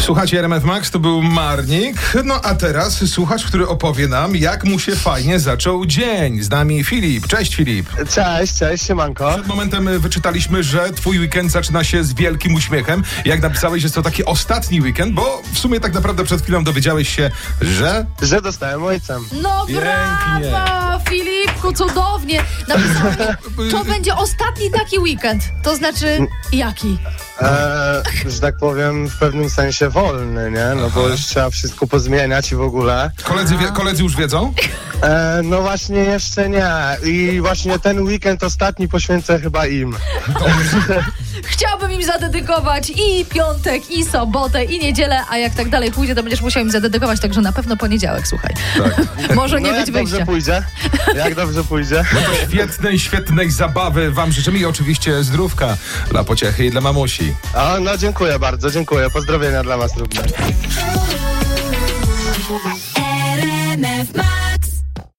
Słuchajcie, RMF Max, to był Marnik. No a teraz słuchacz, który opowie nam, jak mu się fajnie zaczął dzień. Z nami Filip. Cześć, Filip. Cześć, siemanko. Przed momentem wyczytaliśmy, że twój weekend zaczyna się z wielkim uśmiechem. Jak napisałeś, jest to taki ostatni weekend, bo w sumie tak naprawdę przed chwilą dowiedziałeś się, że... Że dostałem ojcem. No Pięknie. brawo, Filipku, cudownie. Napisał mi, to będzie ostatni taki weekend. To znaczy, jaki? Że tak powiem, w pewnym sensie wolny, nie? No bo już trzeba wszystko pozmieniać i w ogóle. Koledzy już wiedzą? No właśnie jeszcze nie. I właśnie ten weekend ostatni poświęcę chyba im. Chciałbym im zadedykować i piątek, i sobotę, i niedzielę, a jak tak dalej pójdzie, to będziesz musiał im zadedykować, także na pewno poniedziałek, słuchaj. Tak. Może nie No być jak dobrze wyjścia. pójdzie? Jak dobrze pójdzie? No to świetnej zabawy wam życzymy i oczywiście zdrówka dla pociechy i dla mamusi. No dziękuję bardzo, dziękuję. Pozdrowienia dla was również.